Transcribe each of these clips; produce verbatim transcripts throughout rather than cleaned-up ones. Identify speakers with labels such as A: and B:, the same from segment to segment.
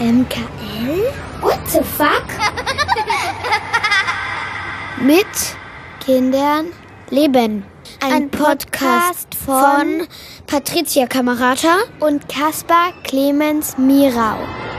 A: M K L? What the fuck? Mit Kindern leben. Ein, Ein Podcast von Patricia Kamerata und Kaspar Clemens Mirau.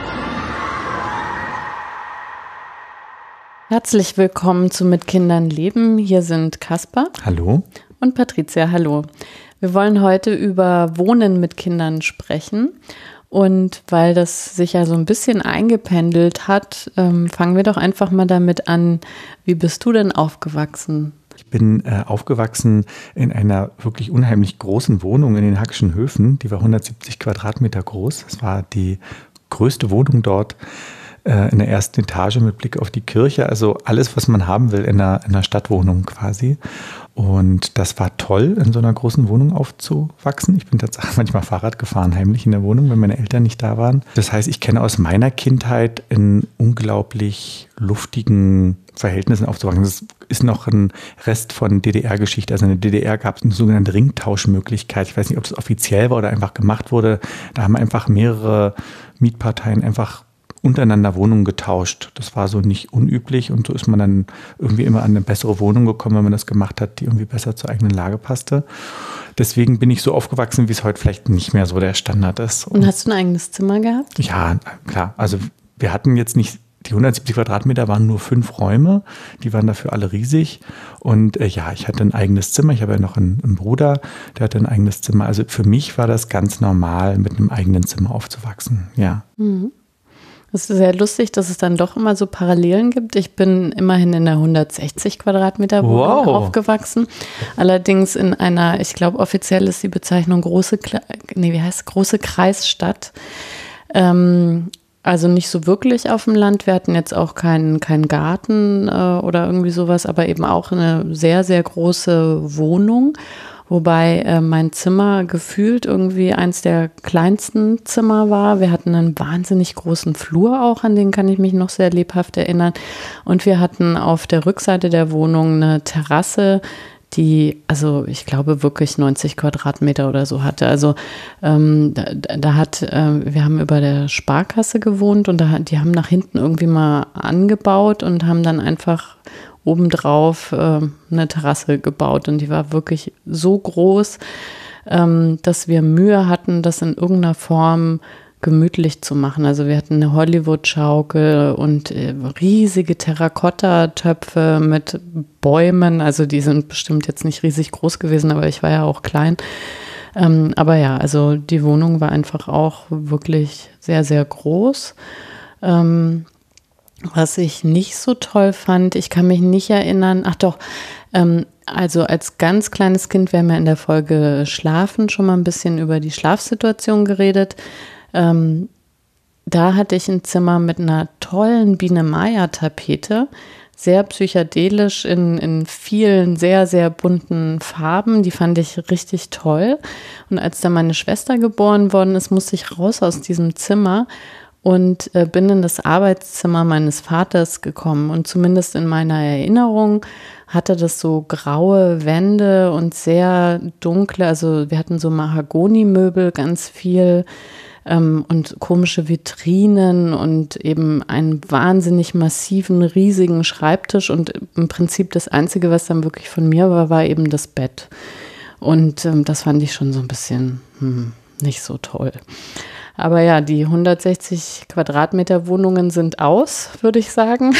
B: Herzlich willkommen zu Mit Kindern leben. Hier sind Kaspar.
C: Hallo.
B: Und Patricia. Hallo. Wir wollen heute über Wohnen mit Kindern sprechen. Und weil das sich ja so ein bisschen eingependelt hat, ähm, fangen wir doch einfach mal damit an. Wie bist du denn aufgewachsen?
C: Ich bin äh, aufgewachsen in einer wirklich unheimlich großen Wohnung in den Hackischen Höfen. Die war hundertsiebzig Quadratmeter groß. Das war die größte Wohnung dort äh, in der ersten Etage mit Blick auf die Kirche. Also alles, was man haben will in einer, in einer Stadtwohnung quasi. Und das war toll, in so einer großen Wohnung aufzuwachsen. Ich bin tatsächlich manchmal Fahrrad gefahren, heimlich in der Wohnung, wenn meine Eltern nicht da waren. Das heißt, ich kenne aus meiner Kindheit in unglaublich luftigen Verhältnissen aufzuwachsen. Das ist noch ein Rest von D D R-Geschichte. Also in der D D R gab es eine sogenannte Ringtauschmöglichkeit. Ich weiß nicht, ob das offiziell war oder einfach gemacht wurde. Da haben einfach mehrere Mietparteien einfach untereinander Wohnungen getauscht. Das war so nicht unüblich und so ist man dann irgendwie immer an eine bessere Wohnung gekommen, wenn man das gemacht hat, die irgendwie besser zur eigenen Lage passte. Deswegen bin ich so aufgewachsen, wie es heute vielleicht nicht mehr so der Standard ist.
B: Und, und hast du ein eigenes Zimmer gehabt?
C: Ja, klar. Also wir hatten jetzt nicht, die hundertsiebzig Quadratmeter waren nur fünf Räume, die waren dafür alle riesig. Und äh, ja, ich hatte ein eigenes Zimmer. Ich habe ja noch einen, einen Bruder, der hatte ein eigenes Zimmer. Also für mich war das ganz normal, mit einem eigenen Zimmer aufzuwachsen, ja.
B: Mhm. Es ist sehr lustig, dass es dann doch immer so Parallelen gibt. Ich bin immerhin in der hundertsechzig Quadratmeter Wohnung
C: wow.
B: aufgewachsen. Allerdings in einer, ich glaube offiziell ist die Bezeichnung große, nee, wie heißt es, große Kreisstadt. Ähm, also nicht so wirklich auf dem Land. Wir hatten jetzt auch keinen keinen Garten äh, oder irgendwie sowas, aber eben auch eine sehr, sehr große Wohnung. Wobei äh, mein Zimmer gefühlt irgendwie eins der kleinsten Zimmer war. Wir hatten einen wahnsinnig großen Flur auch, an den kann ich mich noch sehr lebhaft erinnern. Und wir hatten auf der Rückseite der Wohnung eine Terrasse, die, also ich glaube wirklich neunzig Quadratmeter oder so hatte. Also ähm, da, da hat, äh, wir haben über der Sparkasse gewohnt und da, die haben nach hinten irgendwie mal angebaut und haben dann einfach obendrauf äh, eine Terrasse gebaut und die war wirklich so groß, ähm, dass wir Mühe hatten, das in irgendeiner Form gemütlich zu machen. Also wir hatten eine Hollywood-Schaukel und äh, riesige Terrakotta-Töpfe mit Bäumen, also die sind bestimmt jetzt nicht riesig groß gewesen, aber ich war ja auch klein. Ähm, aber ja, also die Wohnung war einfach auch wirklich sehr, sehr groß. Ähm, Was ich nicht so toll fand, ich kann mich nicht erinnern, ach doch, ähm, also als ganz kleines Kind, wir haben ja in der Folge Schlafen schon mal ein bisschen über die Schlafsituation geredet. Ähm, da hatte ich ein Zimmer mit einer tollen Biene-Maya-Tapete, sehr psychedelisch in, in vielen sehr, sehr bunten Farben. Die fand ich richtig toll. Und als dann meine Schwester geboren worden ist, musste ich raus aus diesem Zimmer und äh, bin in das Arbeitszimmer meines Vaters gekommen. Und zumindest in meiner Erinnerung hatte das so graue Wände und sehr dunkle, also wir hatten so Mahagoni-Möbel, ganz viel ähm, und komische Vitrinen und eben einen wahnsinnig massiven, riesigen Schreibtisch. Und im Prinzip das Einzige, was dann wirklich von mir war, war eben das Bett. Und ähm, das fand ich schon so ein bisschen hm, nicht so toll. Aber ja, die hundertsechzig Quadratmeter Wohnungen sind aus, würde ich sagen.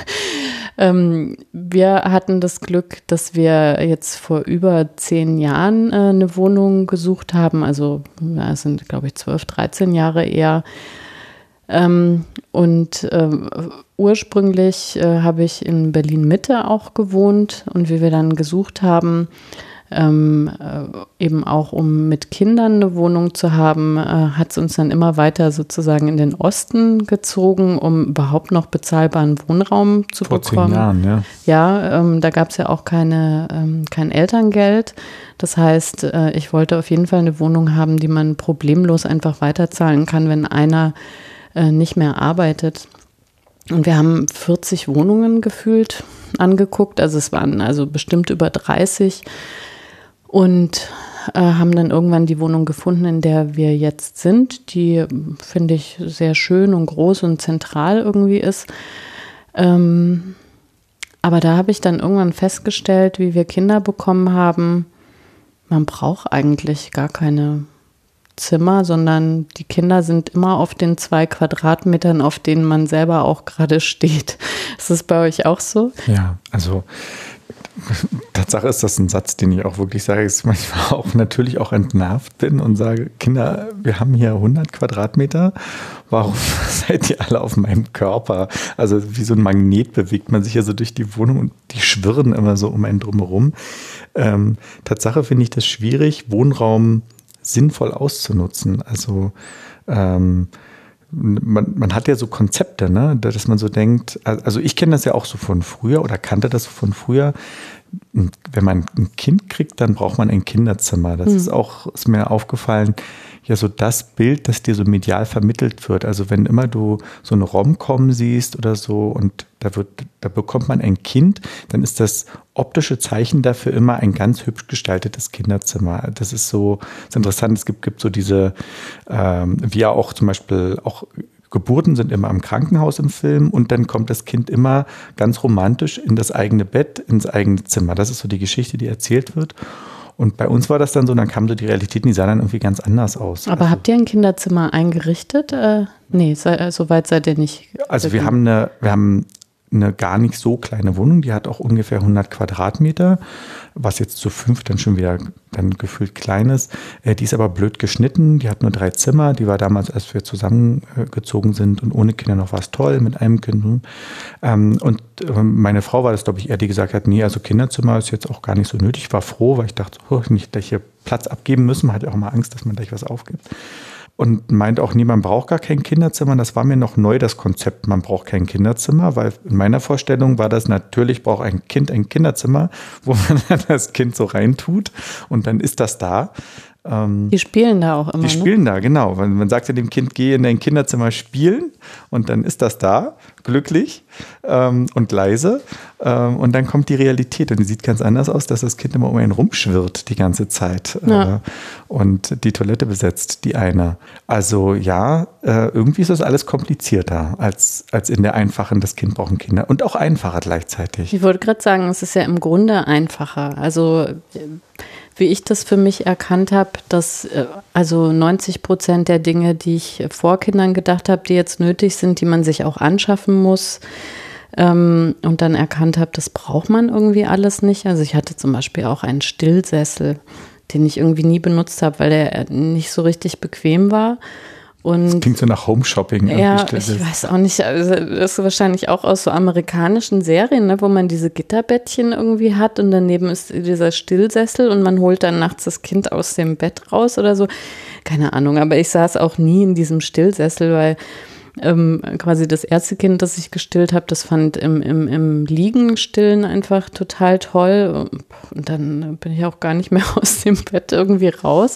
B: ähm, wir hatten das Glück, dass wir jetzt vor über zehn Jahren äh, eine Wohnung gesucht haben. Also ja, es sind, glaube ich, zwölf, dreizehn Jahre eher. Ähm, und äh, ursprünglich äh, habe ich in Berlin-Mitte auch gewohnt. Und wie wir dann gesucht haben, Ähm, äh, eben auch um mit Kindern eine Wohnung zu haben, äh, hat es uns dann immer weiter sozusagen in den Osten gezogen, um überhaupt noch bezahlbaren Wohnraum zu
C: Vor
B: bekommen.
C: Vor zehn Jahren, ja.
B: Ja, ähm, da gab es ja auch keine, ähm, kein Elterngeld. Das heißt, äh, ich wollte auf jeden Fall eine Wohnung haben, die man problemlos einfach weiterzahlen kann, wenn einer äh, nicht mehr arbeitet. Und wir haben vierzig Wohnungen gefühlt angeguckt, also es waren also bestimmt über dreißig. Und äh, haben dann irgendwann die Wohnung gefunden, in der wir jetzt sind, die, finde ich, sehr schön und groß und zentral irgendwie ist. Ähm, aber da habe ich dann irgendwann festgestellt, wie wir Kinder bekommen haben, man braucht eigentlich gar keine Zimmer, sondern die Kinder sind immer auf den zwei Quadratmetern, auf denen man selber auch gerade steht. Ist das bei euch auch so?
C: Ja, also Tatsache ist das ein Satz, den ich auch wirklich sage, dass ich manchmal auch natürlich auch entnervt bin und sage, Kinder, wir haben hier hundert Quadratmeter, warum seid ihr alle auf meinem Körper? Also wie so ein Magnet bewegt man sich ja so durch die Wohnung und die schwirren immer so um einen drumherum. Ähm, Tatsache finde ich das schwierig, Wohnraum sinnvoll auszunutzen. Also ähm, Man, man hat ja so Konzepte, ne, dass man so denkt, also ich kenne das ja auch so von früher oder kannte das von früher. Wenn man ein Kind kriegt, dann braucht man ein Kinderzimmer. Das mhm. ist auch, ist mir aufgefallen, ja so das Bild, das dir so medial vermittelt wird. Also wenn immer du so eine Rom-Com siehst oder so und da wird, da bekommt man ein Kind, dann ist das optische Zeichen dafür immer ein ganz hübsch gestaltetes Kinderzimmer. Das ist so, das ist interessant. Es gibt, gibt so diese, ähm, wie ja auch zum Beispiel auch Geburten sind immer im Krankenhaus im Film und dann kommt das Kind immer ganz romantisch in das eigene Bett, ins eigene Zimmer. Das ist so die Geschichte, die erzählt wird. Und bei uns war das dann so, dann kam so die Realität, die sah dann irgendwie ganz anders aus.
B: Aber also, habt ihr ein Kinderzimmer eingerichtet? Äh, nee, sei, so weit seid ihr nicht.
C: Also wir haben eine, wir haben eine gar nicht so kleine Wohnung, die hat auch ungefähr hundert Quadratmeter, was jetzt zu fünf dann schon wieder dann gefühlt klein ist. Äh, die ist aber blöd geschnitten, die hat nur drei Zimmer, die war damals, als wir zusammengezogen sind und ohne Kinder noch was toll, mit einem Kind. Ähm, und äh, meine Frau war das, glaube ich, eher, die gesagt hat, nee, also Kinderzimmer ist jetzt auch gar nicht so nötig. Ich war froh, weil ich dachte, oh, nicht gleich hier Platz abgeben müssen, man hat ja auch mal Angst, dass man gleich was aufgibt. Und meint auch nie, man braucht gar kein Kinderzimmer. Das war mir noch neu, das Konzept, man braucht kein Kinderzimmer, weil in meiner Vorstellung war das natürlich, braucht ein Kind ein Kinderzimmer, wo man dann das Kind so reintut und dann ist das da.
B: Die spielen da auch immer.
C: Die spielen ne? da, genau. Man sagt ja dem Kind, geh in dein Kinderzimmer spielen und dann ist das da, glücklich ähm, und leise. Ähm, und dann kommt die Realität und die sieht ganz anders aus, dass das Kind immer um einen rumschwirrt die ganze Zeit ja. äh, und die Toilette besetzt, die eine. Also ja, äh, irgendwie ist das alles komplizierter als, als in der einfachen, das Kind braucht ein Kinder und auch einfacher gleichzeitig.
B: Ich wollte gerade sagen, es ist ja im Grunde einfacher. Also wie ich das für mich erkannt habe, dass also neunzig Prozent der Dinge, die ich vor Kindern gedacht habe, die jetzt nötig sind, die man sich auch anschaffen muss ähm, und dann erkannt habe, das braucht man irgendwie alles nicht. Also ich hatte zum Beispiel auch einen Stillsessel, den ich irgendwie nie benutzt habe, weil der nicht so richtig bequem war. Und
C: das klingt so nach Home-Shopping.
B: Ja, ich weiß auch nicht, also das ist wahrscheinlich auch aus so amerikanischen Serien, ne, wo man diese Gitterbettchen irgendwie hat und daneben ist dieser Stillsessel und man holt dann nachts das Kind aus dem Bett raus oder so. Keine Ahnung, aber ich saß auch nie in diesem Stillsessel, weil ähm, quasi das erste Kind, das ich gestillt habe, das fand im, im, im Liegen stillen einfach total toll und dann bin ich auch gar nicht mehr aus dem Bett irgendwie raus.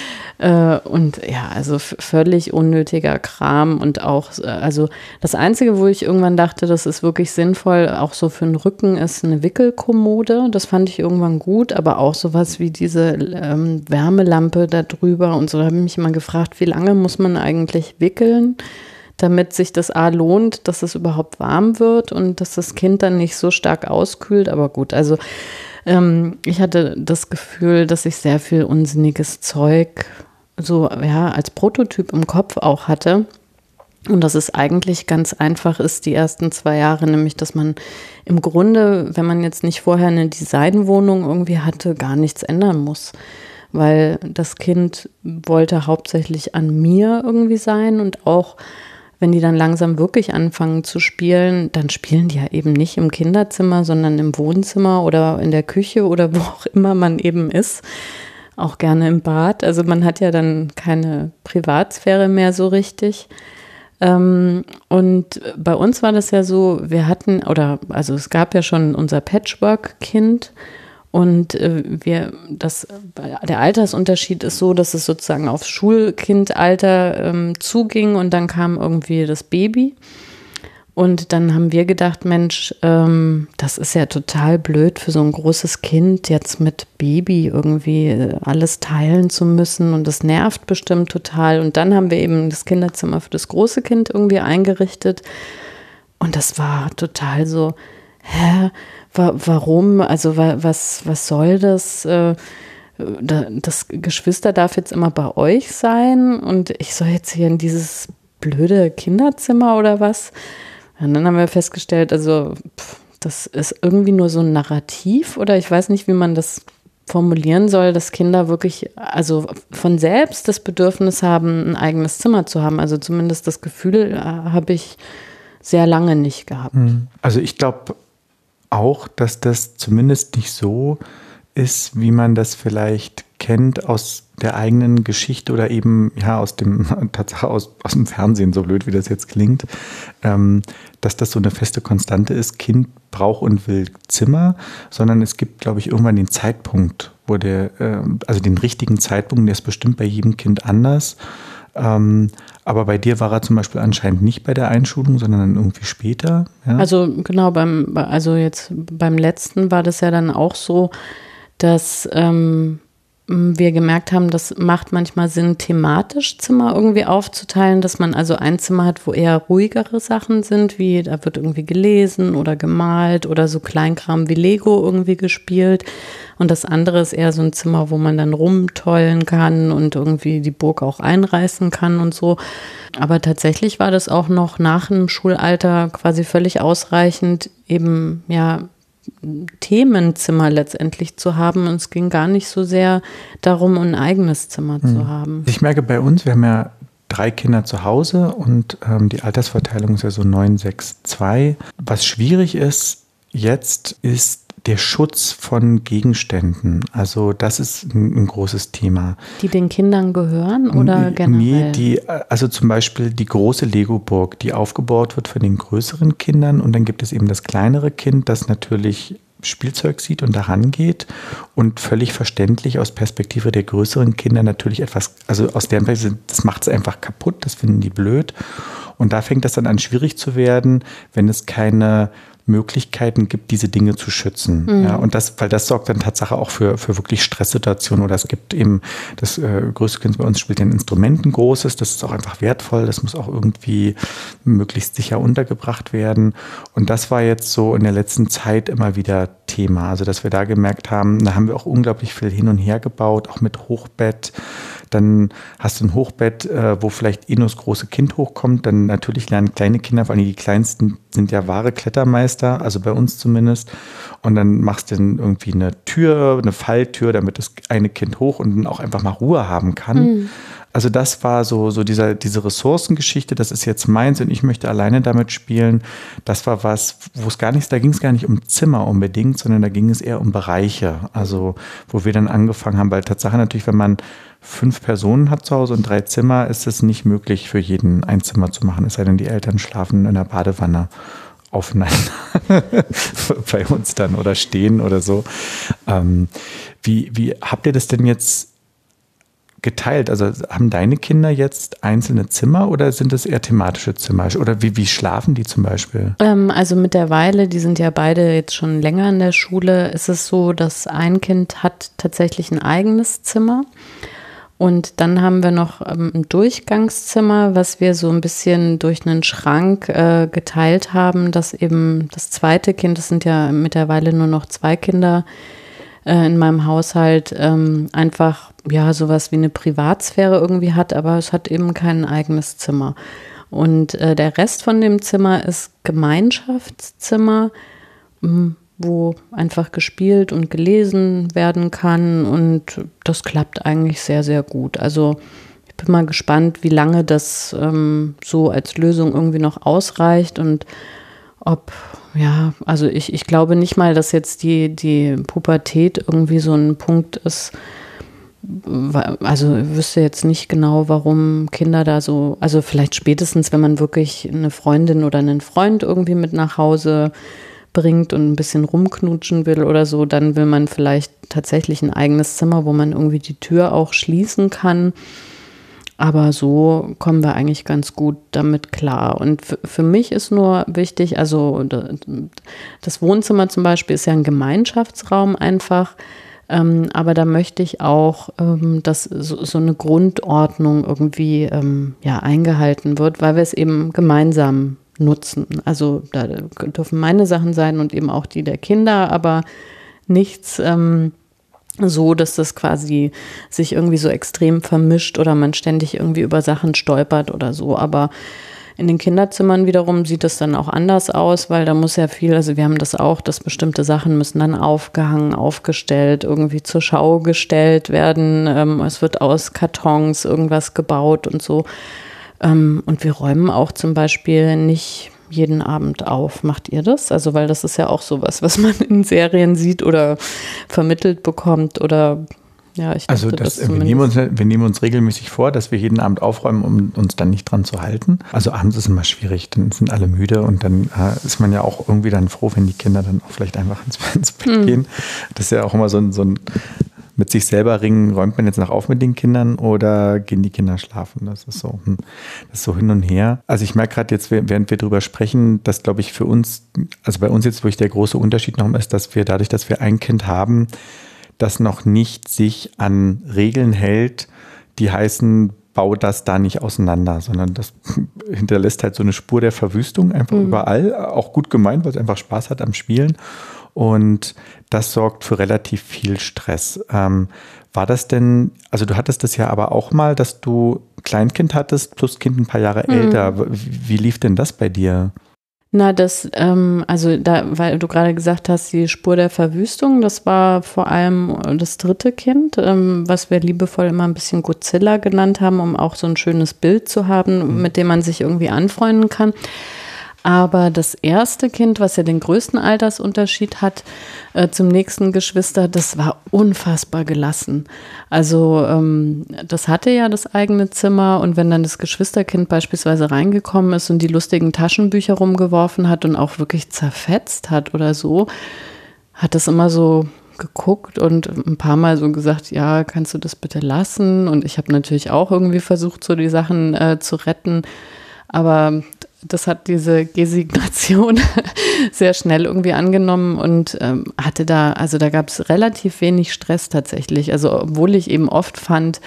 B: Und ja, also völlig unnötiger Kram und auch, also das Einzige, wo ich irgendwann dachte, das ist wirklich sinnvoll, auch so für den Rücken, ist eine Wickelkommode. Das fand ich irgendwann gut, aber auch sowas wie diese ähm, Wärmelampe da drüber und so. Da habe ich mich immer gefragt, wie lange muss man eigentlich wickeln, damit sich das A lohnt, dass es überhaupt warm wird und dass das Kind dann nicht so stark auskühlt. Aber gut, also ähm, ich hatte das Gefühl, dass ich sehr viel unsinniges Zeug so ja als Prototyp im Kopf auch hatte und dass es eigentlich ganz einfach ist, die ersten zwei Jahre, nämlich dass man im Grunde, wenn man jetzt nicht vorher eine Designwohnung irgendwie hatte, gar nichts ändern muss, weil das Kind wollte hauptsächlich an mir irgendwie sein und auch wenn die dann langsam wirklich anfangen zu spielen, dann spielen die ja eben nicht im Kinderzimmer, sondern im Wohnzimmer oder in der Küche oder wo auch immer man eben ist. Auch gerne im Bad. Also man hat ja dann keine Privatsphäre mehr so richtig. Ähm, und bei uns war das ja so, wir hatten, oder also es gab ja schon unser Patchwork-Kind und äh, wir, das, der Altersunterschied ist so, dass es sozusagen aufs Schulkindalter ähm, zuging und dann kam irgendwie das Baby. Und dann haben wir gedacht, Mensch, ähm, das ist ja total blöd für so ein großes Kind, jetzt mit Baby irgendwie alles teilen zu müssen. Und das nervt bestimmt total. Und dann haben wir eben das Kinderzimmer für das große Kind irgendwie eingerichtet. Und das war total so, hä, wa- warum? Also wa- was, was soll das? Äh, das Geschwister darf jetzt immer bei euch sein und ich soll jetzt hier in dieses blöde Kinderzimmer oder was? Und dann haben wir festgestellt, also pff, das ist irgendwie nur so ein Narrativ oder ich weiß nicht, wie man das formulieren soll, dass Kinder wirklich, also von selbst das Bedürfnis haben, ein eigenes Zimmer zu haben. Also zumindest das Gefühl äh, habe ich sehr lange nicht gehabt.
C: Also ich glaube auch, dass das zumindest nicht so ist, wie man das vielleicht kennt aus der eigenen Geschichte oder eben ja aus dem Tatsache aus, aus dem Fernsehen, so blöd wie das jetzt klingt, ähm, dass das so eine feste Konstante ist, Kind braucht und will Zimmer, sondern es gibt, glaube ich, irgendwann den Zeitpunkt, wo der, äh, also den richtigen Zeitpunkt, der ist bestimmt bei jedem Kind anders. Ähm, aber bei dir war er zum Beispiel anscheinend nicht bei der Einschulung, sondern dann irgendwie später. Ja?
B: Also genau, beim, also jetzt beim letzten war das ja dann auch so, dass ähm, wir gemerkt haben, das macht manchmal Sinn, thematisch Zimmer irgendwie aufzuteilen, dass man also ein Zimmer hat, wo eher ruhigere Sachen sind, wie da wird irgendwie gelesen oder gemalt oder so Kleinkram wie Lego irgendwie gespielt. Und das andere ist eher so ein Zimmer, wo man dann rumtollen kann und irgendwie die Burg auch einreißen kann und so. Aber tatsächlich war das auch noch nach dem Schulalter quasi völlig ausreichend, eben ja Themenzimmer letztendlich zu haben. Und es ging gar nicht so sehr darum, ein eigenes Zimmer mhm. zu haben.
C: Ich merke bei uns, wir haben ja drei Kinder zu Hause und ähm, die Altersverteilung ist ja so neun, sechs, zwei. Was schwierig ist jetzt, ist der Schutz von Gegenständen. Also das ist ein, ein großes Thema.
B: Die den Kindern gehören oder
C: nee,
B: generell?
C: Nee, die, also zum Beispiel die große Lego-Burg, die aufgebaut wird von den größeren Kindern und dann gibt es eben das kleinere Kind, das natürlich Spielzeug sieht und daran geht und völlig verständlich aus Perspektive der größeren Kinder natürlich etwas, also aus deren Perspektive, das macht es einfach kaputt, das finden die blöd. Und da fängt das dann an schwierig zu werden, wenn es keine Möglichkeiten gibt, diese Dinge zu schützen. Mhm. Ja, und das, weil das sorgt dann Tatsache auch für, für wirklich Stresssituationen. Oder es gibt eben, das äh, größte Kind bei uns spielt ein Instrument, ein großes, das ist auch einfach wertvoll, das muss auch irgendwie möglichst sicher untergebracht werden. Und das war jetzt so in der letzten Zeit immer wieder Thema. Also, dass wir da gemerkt haben, da haben wir auch unglaublich viel hin und her gebaut, auch mit Hochbett. Dann hast du ein Hochbett, äh, wo vielleicht eh nur das große Kind hochkommt. Dann natürlich lernen kleine Kinder, vor allem die Kleinsten sind ja wahre Klettermeister, also bei uns zumindest. Und dann machst du dann irgendwie eine Tür, eine Falltür, damit das eine Kind hoch und dann auch einfach mal Ruhe haben kann. Mhm. Also das war so, so dieser, diese Ressourcengeschichte, das ist jetzt meins und ich möchte alleine damit spielen. Das war was, wo es gar nicht, da ging es gar nicht um Zimmer unbedingt, sondern da ging es eher um Bereiche. Also wo wir dann angefangen haben, weil Tatsache natürlich, wenn man fünf Personen hat zu Hause und drei Zimmer, ist es nicht möglich für jeden ein Zimmer zu machen, es sei denn, die Eltern schlafen in der Badewanne aufeinander bei uns dann oder stehen oder so. Ähm, wie, wie habt ihr das denn jetzt geteilt? Also haben deine Kinder jetzt einzelne Zimmer oder sind es eher thematische Zimmer? Oder wie, wie schlafen die zum Beispiel?
B: Ähm, also mittlerweile, die sind ja beide jetzt schon länger in der Schule, ist es so, dass ein Kind hat tatsächlich ein eigenes Zimmer. Und dann haben wir noch ähm, ein Durchgangszimmer, was wir so ein bisschen durch einen Schrank äh, geteilt haben, dass eben das zweite Kind, das sind ja mittlerweile nur noch zwei Kinder äh, in meinem Haushalt, ähm, einfach ja sowas wie eine Privatsphäre irgendwie hat, aber es hat eben kein eigenes Zimmer. Und äh, der Rest von dem Zimmer ist Gemeinschaftszimmer, mh, wo einfach gespielt und gelesen werden kann und das klappt eigentlich sehr, sehr gut. Also ich bin mal gespannt, wie lange das ähm, so als Lösung irgendwie noch ausreicht und ob, ja, also ich, ich glaube nicht mal, dass jetzt die, die Pubertät irgendwie so ein Punkt ist, also ich wüsste jetzt nicht genau, warum Kinder da so, also vielleicht spätestens, wenn man wirklich eine Freundin oder einen Freund irgendwie mit nach Hause bringt und ein bisschen rumknutschen will oder so, dann will man vielleicht tatsächlich ein eigenes Zimmer, wo man irgendwie die Tür auch schließen kann. Aber so kommen wir eigentlich ganz gut damit klar. Und f- für mich ist nur wichtig, also das Wohnzimmer zum Beispiel ist ja ein Gemeinschaftsraum einfach, ähm, aber da möchte ich auch, ähm, dass so, so eine Grundordnung irgendwie ähm, ja, eingehalten wird, weil wir es eben gemeinsam nutzen. Also da dürfen meine Sachen sein und eben auch die der Kinder, aber nichts ähm, so, dass das quasi sich irgendwie so extrem vermischt oder man ständig irgendwie über Sachen stolpert oder so. Aber in den Kinderzimmern wiederum sieht es dann auch anders aus, weil da muss ja viel, also wir haben das auch, dass bestimmte Sachen müssen dann aufgehangen, aufgestellt, irgendwie zur Schau gestellt werden. Ähm, es wird aus Kartons irgendwas gebaut und so. Ähm, und wir räumen auch zum Beispiel nicht jeden Abend auf. Macht ihr das? Also, weil das ist ja auch sowas, was man in Serien sieht oder vermittelt bekommt oder ja, ich dachte,
C: Also das,
B: das
C: wir, nehmen uns, wir nehmen uns regelmäßig vor, dass wir jeden Abend aufräumen, um uns dann nicht dran zu halten. Also abends ist immer schwierig, dann sind alle müde und dann äh, ist man ja auch irgendwie dann froh, wenn die Kinder dann auch vielleicht einfach ins, ins Bett mhm. gehen. Das ist ja auch immer so ein, so ein mit sich selber ringen, räumt man jetzt noch auf mit den Kindern oder gehen die Kinder schlafen? Das ist so, das ist so hin und her. Also ich merke gerade jetzt, während wir drüber sprechen, dass, glaube ich, für uns, also bei uns jetzt wirklich der große Unterschied noch ist, dass wir dadurch, dass wir ein Kind haben, das noch nicht sich an Regeln hält, die heißen, bau das da nicht auseinander, sondern das hinterlässt halt so eine Spur der Verwüstung einfach mhm. überall, auch gut gemeint, weil es einfach Spaß hat am Spielen. Und das sorgt für relativ viel Stress. Ähm, war das denn, also du hattest das ja aber auch mal, dass du Kleinkind hattest plus Kind ein paar Jahre mhm. älter. Wie, wie lief denn das bei dir?
B: Na, das, ähm, also da, weil du gerade gesagt hast, die Spur der Verwüstung, das war vor allem das dritte Kind, ähm, was wir liebevoll immer ein bisschen Godzilla genannt haben, um auch so ein schönes Bild zu haben, mhm. mit dem man sich irgendwie anfreunden kann. Aber das erste Kind, was ja den größten Altersunterschied hat äh, zum nächsten Geschwister, das war unfassbar gelassen. Also ähm, das hatte ja das eigene Zimmer und wenn dann das Geschwisterkind beispielsweise reingekommen ist und die lustigen Taschenbücher rumgeworfen hat und auch wirklich zerfetzt hat oder so, hat das immer so geguckt und ein paar Mal so gesagt, ja, kannst du das bitte lassen? Und ich habe natürlich auch irgendwie versucht, so die Sachen äh, zu retten, aber das hat diese Gesignation sehr schnell irgendwie angenommen und ähm, hatte da, also da gab es relativ wenig Stress tatsächlich. Also obwohl ich eben oft fand,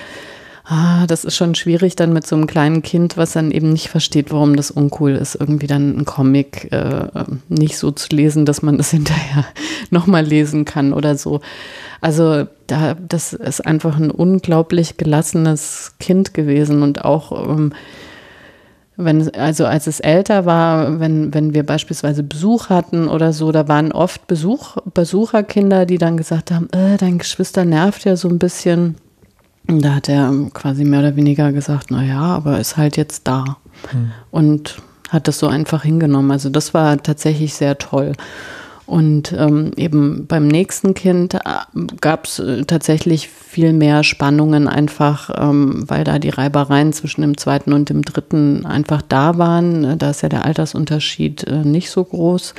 B: ah, das ist schon schwierig dann mit so einem kleinen Kind, was dann eben nicht versteht, warum das uncool ist, irgendwie dann einen Comic äh, nicht so zu lesen, dass man das hinterher nochmal lesen kann oder so. Also da, das ist einfach ein unglaublich gelassenes Kind gewesen und auch ähm, Wenn, also als es älter war, wenn, wenn wir beispielsweise Besuch hatten oder so, da waren oft Besuch, Besucherkinder, die dann gesagt haben, äh, dein Geschwister nervt ja so ein bisschen. Und da hat er quasi mehr oder weniger gesagt, na ja, aber ist halt jetzt da. Hm. Und hat das so einfach hingenommen. Also das war tatsächlich sehr toll. Und ähm, eben beim nächsten Kind gab es äh, tatsächlich viel mehr Spannungen einfach, ähm, weil da die Reibereien zwischen dem zweiten und dem dritten einfach da waren. Da ist ja der Altersunterschied äh, nicht so groß.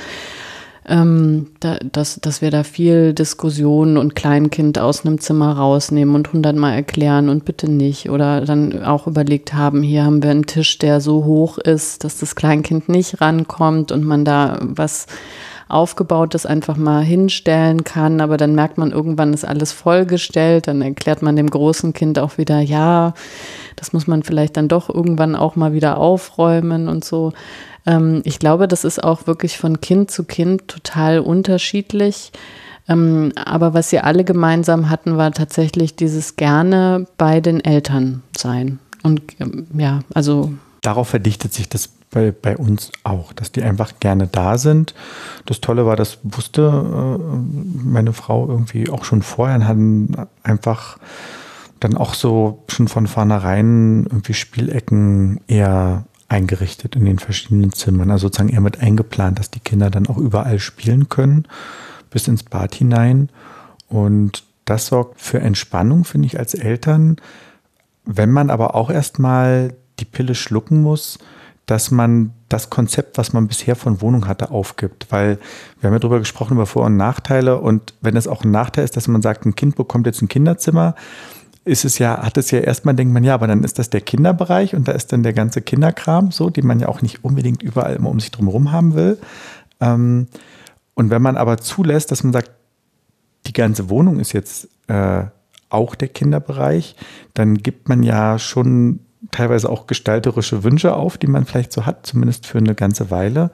B: Ähm, da, dass, dass wir da viel Diskussion und Kleinkind aus einem Zimmer rausnehmen und hundertmal erklären und bitte nicht. Oder dann auch überlegt haben, hier haben wir einen Tisch, der so hoch ist, dass das Kleinkind nicht rankommt und man da was Aufgebautes einfach mal hinstellen kann, aber dann merkt man, irgendwann ist alles vollgestellt, dann erklärt man dem großen Kind auch wieder, ja, das muss man vielleicht dann doch irgendwann auch mal wieder aufräumen und so. Ähm, ich glaube, das ist auch wirklich von Kind zu Kind total unterschiedlich, ähm, aber was sie alle gemeinsam hatten, war tatsächlich dieses gerne bei den Eltern sein und ähm, ja, also
C: darauf verdichtet sich das bei, bei uns auch, dass die einfach gerne da sind. Das Tolle war, das wusste äh, meine Frau irgendwie auch schon vorher und hatten einfach dann auch so schon von vornherein irgendwie Spielecken eher eingerichtet in den verschiedenen Zimmern, also sozusagen eher mit eingeplant, dass die Kinder dann auch überall spielen können, bis ins Bad hinein. Und das sorgt für Entspannung, finde ich, als Eltern. Wenn man aber auch erstmal die Pille schlucken muss, dass man das Konzept, was man bisher von Wohnung hatte, aufgibt. Weil wir haben ja darüber gesprochen, über Vor- und Nachteile. Und wenn es auch ein Nachteil ist, dass man sagt, ein Kind bekommt jetzt ein Kinderzimmer, ist es ja, hat es ja erstmal, denkt man, ja, aber dann ist das der Kinderbereich und da ist dann der ganze Kinderkram so, den man ja auch nicht unbedingt überall immer um sich drumherum haben will. Ähm, und wenn man aber zulässt, dass man sagt, die ganze Wohnung ist jetzt äh, auch der Kinderbereich, dann gibt man ja schon teilweise auch gestalterische Wünsche auf, die man vielleicht so hat, zumindest für eine ganze Weile.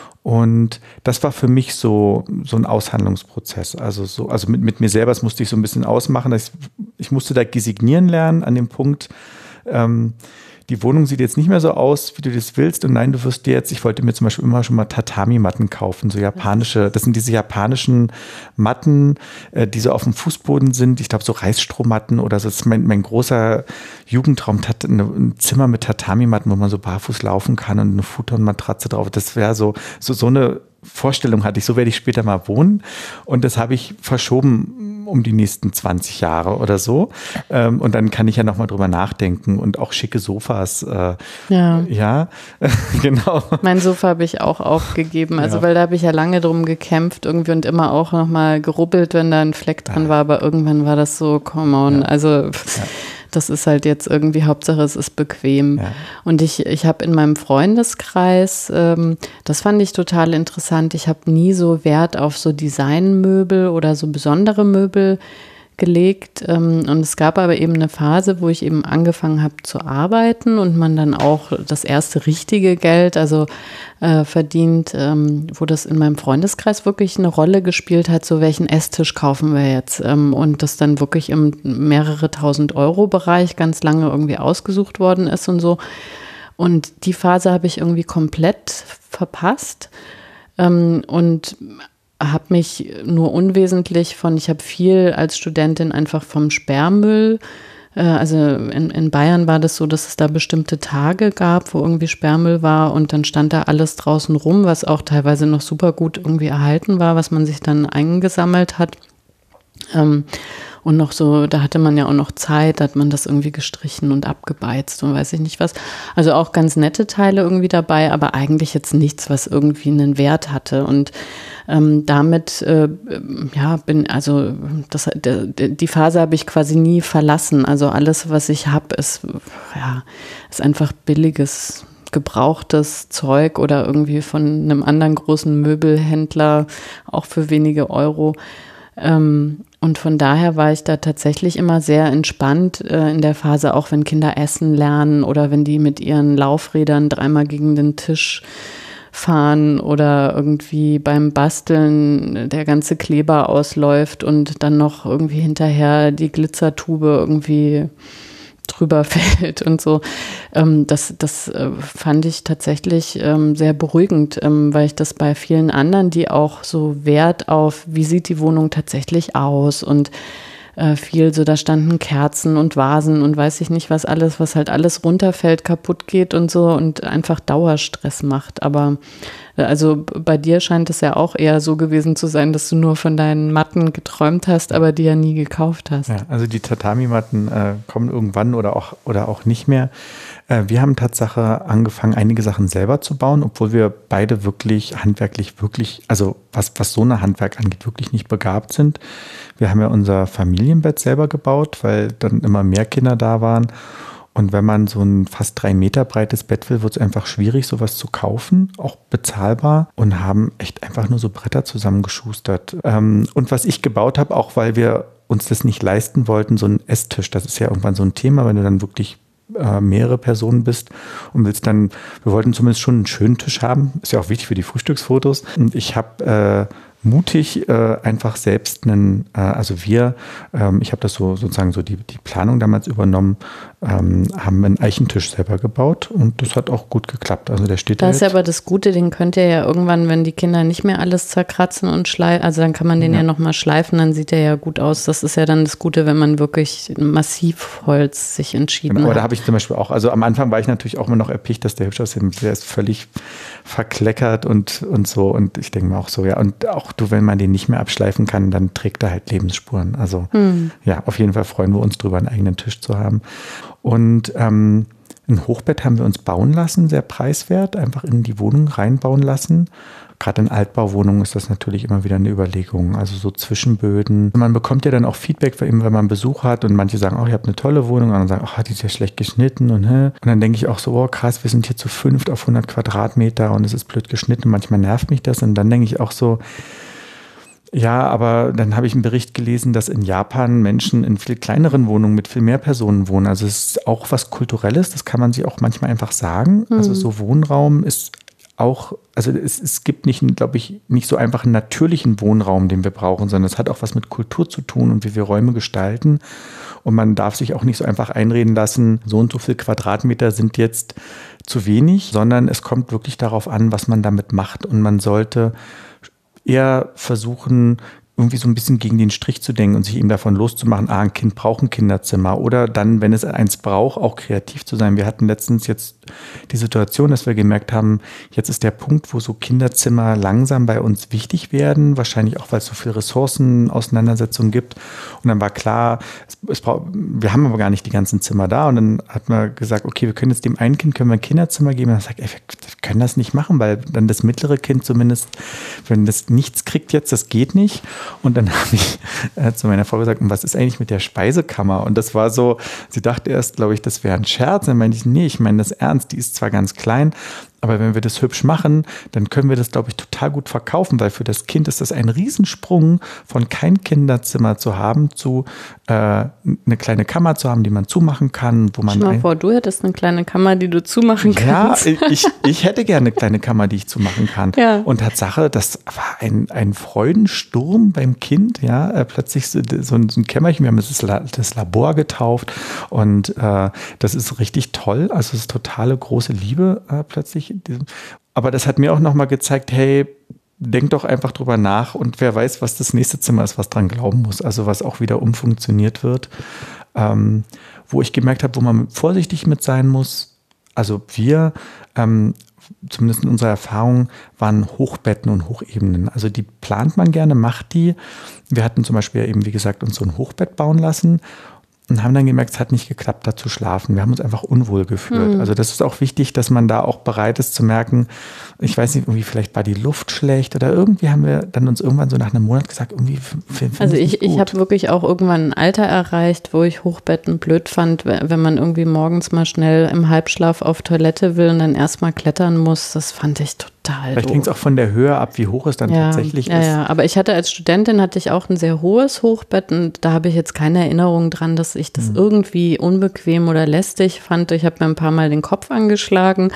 C: Und das war für mich so, so ein Aushandlungsprozess. Also, so, also mit, mit mir selber, das musste ich so ein bisschen ausmachen. Dass ich, ich musste da designieren lernen an dem Punkt, ähm, die Wohnung sieht jetzt nicht mehr so aus, wie du das willst. Und nein, du wirst dir jetzt, ich wollte mir zum Beispiel immer schon mal Tatami-Matten kaufen, so japanische, das sind diese japanischen Matten, äh, die so auf dem Fußboden sind. Ich glaube, so Reisstrohmatten oder so. Das ist mein, mein großer Jugendtraum, ein Zimmer mit Tatami-Matten, wo man so barfuß laufen kann und eine Futon-Matratze drauf. Das wäre so, so, so eine Vorstellung hatte ich, so werde ich später mal wohnen. Und das habe ich verschoben um die nächsten zwanzig Jahre oder so. Ähm, und dann kann ich ja nochmal drüber nachdenken und auch schicke Sofas. Äh, ja, ja genau.
B: Mein Sofa habe ich auch aufgegeben, also ja. weil da habe ich ja lange drum gekämpft irgendwie und immer auch nochmal gerubbelt, wenn da ein Fleck dran ja. war. Aber irgendwann war das so, come on, ja. also... Ja. Das ist halt jetzt irgendwie, Hauptsache es ist bequem. Ja. Und ich, ich habe in meinem Freundeskreis, ähm, das fand ich total interessant, ich habe nie so Wert auf so Designmöbel oder so besondere Möbel gelegt. Ähm, und es gab aber eben eine Phase, wo ich eben angefangen habe zu arbeiten und man dann auch das erste richtige Geld, also äh, verdient, ähm, wo das in meinem Freundeskreis wirklich eine Rolle gespielt hat, so welchen Esstisch kaufen wir jetzt, ähm, und das dann wirklich im mehrere tausend Euro Bereich ganz lange irgendwie ausgesucht worden ist und so. Und die Phase habe ich irgendwie komplett verpasst, ähm, und habe mich nur unwesentlich von, ich habe viel als Studentin einfach vom Sperrmüll, äh, also in, in Bayern war das so, dass es da bestimmte Tage gab, wo irgendwie Sperrmüll war und dann stand da alles draußen rum, was auch teilweise noch super gut irgendwie erhalten war, was man sich dann eingesammelt hat. Ähm, und noch so, da hatte man ja auch noch Zeit, da hat man das irgendwie gestrichen und abgebeizt und weiß ich nicht was. Also auch ganz nette Teile irgendwie dabei, aber eigentlich jetzt nichts, was irgendwie einen Wert hatte. Und ähm, damit, äh, ja, bin, also das, de, die Phase habe ich quasi nie verlassen. Also alles, was ich habe, ist, ja, ist einfach billiges, gebrauchtes Zeug oder irgendwie von einem anderen großen Möbelhändler, auch für wenige Euro. Ähm, und von daher war ich da tatsächlich immer sehr entspannt äh, in der Phase, auch wenn Kinder essen lernen oder wenn die mit ihren Laufrädern dreimal gegen den Tisch fahren oder irgendwie beim Basteln der ganze Kleber ausläuft und dann noch irgendwie hinterher die Glitzertube irgendwie drüber fällt und so. Ähm, das das äh, fand ich tatsächlich ähm, sehr beruhigend, ähm, weil ich das bei vielen anderen, die auch so Wert auf, wie sieht die Wohnung tatsächlich aus und äh, viel so, da standen Kerzen und Vasen und weiß ich nicht was alles, was halt alles runterfällt, kaputt geht und so und einfach Dauerstress macht. Aber also bei dir scheint es ja auch eher so gewesen zu sein, dass du nur von deinen Matten geträumt hast, aber die ja nie gekauft hast.
C: Ja, also die Tatami-Matten äh, kommen irgendwann oder auch, oder auch nicht mehr. Äh, wir haben Tatsache angefangen, einige Sachen selber zu bauen, obwohl wir beide wirklich handwerklich wirklich, also was, was so eine Handwerk angeht, wirklich nicht begabt sind. Wir haben ja unser Familienbett selber gebaut, weil dann immer mehr Kinder da waren. Und wenn man so ein fast drei Meter breites Bett will, wird es einfach schwierig, sowas zu kaufen, auch bezahlbar, und haben echt einfach nur so Bretter zusammengeschustert. Ähm, und was ich gebaut habe, auch weil wir uns das nicht leisten wollten, so ein Esstisch, das ist ja irgendwann so ein Thema, wenn du dann wirklich äh, mehrere Personen bist und willst dann, wir wollten zumindest schon einen schönen Tisch haben, ist ja auch wichtig für die Frühstücksfotos. Und ich habe äh, mutig äh, einfach selbst einen, äh, also wir, ähm, ich habe das so sozusagen so die, die Planung damals übernommen, ähm, haben einen Eichentisch selber gebaut und das hat auch gut geklappt. Also der steht da.
B: Das ist ja aber das Gute, den könnt ihr ja irgendwann, wenn die Kinder nicht mehr alles zerkratzen und schleifen, also dann kann man den ja, ja nochmal schleifen, dann sieht der ja gut aus. Das ist ja dann das Gute, wenn man wirklich Massivholz sich entschieden
C: genau,
B: hat.
C: Aber da habe ich zum Beispiel auch, also am Anfang war ich natürlich auch immer noch erpicht, dass der hübsch aussieht. Der ist völlig verkleckert und, und so, und ich denke mir auch so, ja, und auch du, wenn man den nicht mehr abschleifen kann, dann trägt er halt Lebensspuren. Also hm. ja, auf jeden Fall freuen wir uns drüber, einen eigenen Tisch zu haben. Und ähm, Ein Hochbett haben wir uns bauen lassen, sehr preiswert, einfach in die Wohnung reinbauen lassen. Gerade in Altbauwohnungen ist das natürlich immer wieder eine Überlegung, also so Zwischenböden. Man bekommt ja dann auch Feedback, wenn man Besuch hat und manche sagen, oh, ihr habt eine tolle Wohnung, und andere sagen, oh, die ist ja schlecht geschnitten und hä. Und dann denke ich auch so, oh krass, wir sind hier zu fünft auf hundert Quadratmeter und es ist blöd geschnitten, manchmal nervt mich das und dann denke ich auch so, ja, aber dann habe ich einen Bericht gelesen, dass in Japan Menschen in viel kleineren Wohnungen mit viel mehr Personen wohnen. Also es ist auch was Kulturelles, das kann man sich auch manchmal einfach sagen. Mhm. Also so Wohnraum ist auch, also es, es gibt nicht, glaube ich, nicht so einfach einen natürlichen Wohnraum, den wir brauchen, sondern es hat auch was mit Kultur zu tun und wie wir Räume gestalten. Und man darf sich auch nicht so einfach einreden lassen, so und so viel Quadratmeter sind jetzt zu wenig, sondern es kommt wirklich darauf an, was man damit macht. Und man sollte eher versuchen, irgendwie so ein bisschen gegen den Strich zu denken und sich eben davon loszumachen, ah, ein Kind braucht ein Kinderzimmer oder dann, wenn es eins braucht, auch kreativ zu sein. Wir hatten letztens jetzt die Situation, dass wir gemerkt haben, jetzt ist der Punkt, wo so Kinderzimmer langsam bei uns wichtig werden, wahrscheinlich auch, weil es so viele Ressourcenauseinandersetzungen gibt. Und dann war klar, es, es braucht, wir haben aber gar nicht die ganzen Zimmer da und dann hat man gesagt, okay, wir können jetzt dem einen Kind können wir ein Kinderzimmer geben. Und dann sagt, ey, wir können das nicht machen, weil dann das mittlere Kind zumindest, wenn das nichts kriegt jetzt, das geht nicht. Und dann habe ich äh, zu meiner Frau gesagt, und was ist eigentlich mit der Speisekammer? Und das war so, sie dachte erst, glaube ich, das wäre ein Scherz. Dann meinte ich, nee, ich meine das ernst, die ist zwar ganz klein, aber wenn wir das hübsch machen, dann können wir das, glaube ich, total gut verkaufen, weil für das Kind ist das ein Riesensprung, von kein Kinderzimmer zu haben, zu äh, eine kleine Kammer zu haben, die man zumachen kann. Wo man
B: Stell mal vor, du hättest eine kleine Kammer, die du zumachen kannst.
C: Ja, ich, ich hätte gerne eine kleine Kammer, die ich zumachen kann.
B: Ja.
C: Und Tatsache, das war ein, ein Freudensturm beim Kind, ja, äh, plötzlich so, so, ein, so ein Kämmerchen, wir haben das, das Labor getauft und äh, das ist richtig toll, also es ist totale große Liebe äh, plötzlich. Aber das hat mir auch nochmal gezeigt, hey, denk doch einfach drüber nach und wer weiß, was das nächste Zimmer ist, was dran glauben muss, also was auch wieder umfunktioniert wird. Ähm, wo ich gemerkt habe, wo man vorsichtig mit sein muss, also wir, ähm, zumindest in unserer Erfahrung, waren Hochbetten und Hochebenen. Also die plant man gerne, macht die. Wir hatten zum Beispiel eben, wie gesagt, uns so ein Hochbett bauen lassen und haben dann gemerkt, es hat nicht geklappt, da zu schlafen. Wir haben uns einfach unwohl gefühlt. Mhm. Also das ist auch wichtig, dass man da auch bereit ist zu merken, ich weiß nicht, irgendwie vielleicht war die Luft schlecht oder irgendwie haben wir dann uns irgendwann so nach einem Monat gesagt, irgendwie
B: Also ich, ich habe wirklich auch irgendwann ein Alter erreicht, wo ich Hochbetten blöd fand, wenn man irgendwie morgens mal schnell im Halbschlaf auf Toilette will und dann erstmal klettern muss. Das fand ich total
C: Vielleicht hängt es auch von der Höhe ab, wie hoch es dann
B: ja,
C: tatsächlich
B: ja,
C: ist.
B: Ja, aber ich hatte als Studentin hatte ich auch ein sehr hohes Hochbett und da habe ich jetzt keine Erinnerung dran, dass ich das mhm. irgendwie unbequem oder lästig fand. Ich habe mir ein paar Mal den Kopf angeschlagen.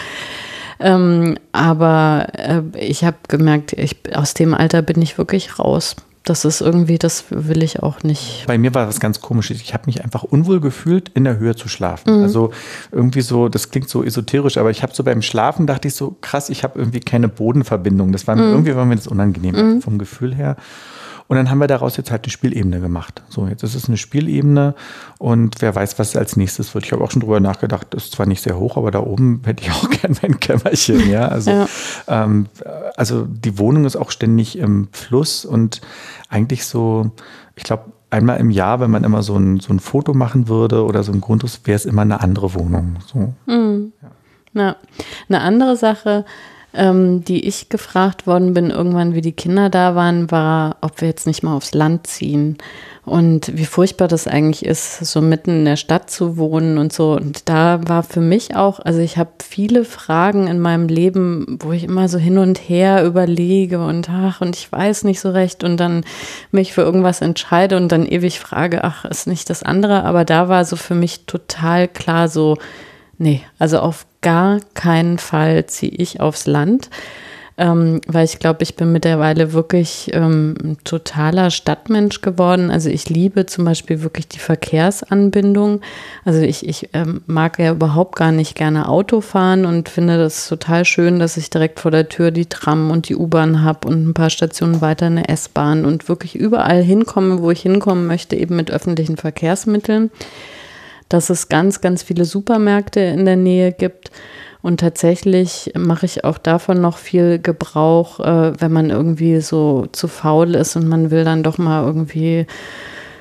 B: Ähm, aber äh, ich habe gemerkt, ich, aus dem Alter bin ich wirklich raus. Das ist irgendwie, das will ich auch nicht.
C: Bei mir war was ganz Komisches. Ich habe mich einfach unwohl gefühlt, in der Höhe zu schlafen. Mhm. Also irgendwie so, das klingt so esoterisch, aber ich habe so beim Schlafen dachte ich so, krass, ich habe irgendwie keine Bodenverbindung. Das war mir, mhm. irgendwie war mir das unangenehm mhm. vom Gefühl her. Und dann haben wir daraus jetzt halt eine Spielebene gemacht. So, jetzt ist es eine Spielebene und wer weiß, was als nächstes wird. Ich habe auch schon drüber nachgedacht, das ist zwar nicht sehr hoch, aber da oben hätte ich auch gern mein Kämmerchen. Ja? Also, ja. Ähm, also die Wohnung ist auch ständig im Fluss und eigentlich so, ich glaube, einmal im Jahr, wenn man immer so ein, so ein Foto machen würde oder so ein Grundriss, wäre es immer eine andere Wohnung. So.
B: Mhm. Ja. Na, eine andere Sache, Ähm, die ich gefragt worden bin, irgendwann, wie die Kinder da waren, war, ob wir jetzt nicht mal aufs Land ziehen und wie furchtbar das eigentlich ist, so mitten in der Stadt zu wohnen und so. Und da war für mich auch, also ich habe viele Fragen in meinem Leben, wo ich immer so hin und her überlege und ach, und ich weiß nicht so recht und dann mich für irgendwas entscheide und dann ewig frage, ach, ist nicht das andere. Aber da war so für mich total klar so, nee, also auf gar keinen Fall ziehe ich aufs Land, ähm, weil ich glaube, ich bin mittlerweile wirklich ähm, ein totaler Stadtmensch geworden. Also ich liebe zum Beispiel wirklich die Verkehrsanbindung. Also ich, ich ähm, mag ja überhaupt gar nicht gerne Auto fahren und finde das total schön, dass ich direkt vor der Tür die Tram und die U-Bahn habe und ein paar Stationen weiter eine S-Bahn und wirklich überall hinkomme, wo ich hinkommen möchte, eben mit öffentlichen Verkehrsmitteln. Dass es ganz, ganz viele Supermärkte in der Nähe gibt. Und tatsächlich mache ich auch davon noch viel Gebrauch, äh, wenn man irgendwie so zu faul ist und man will dann doch mal irgendwie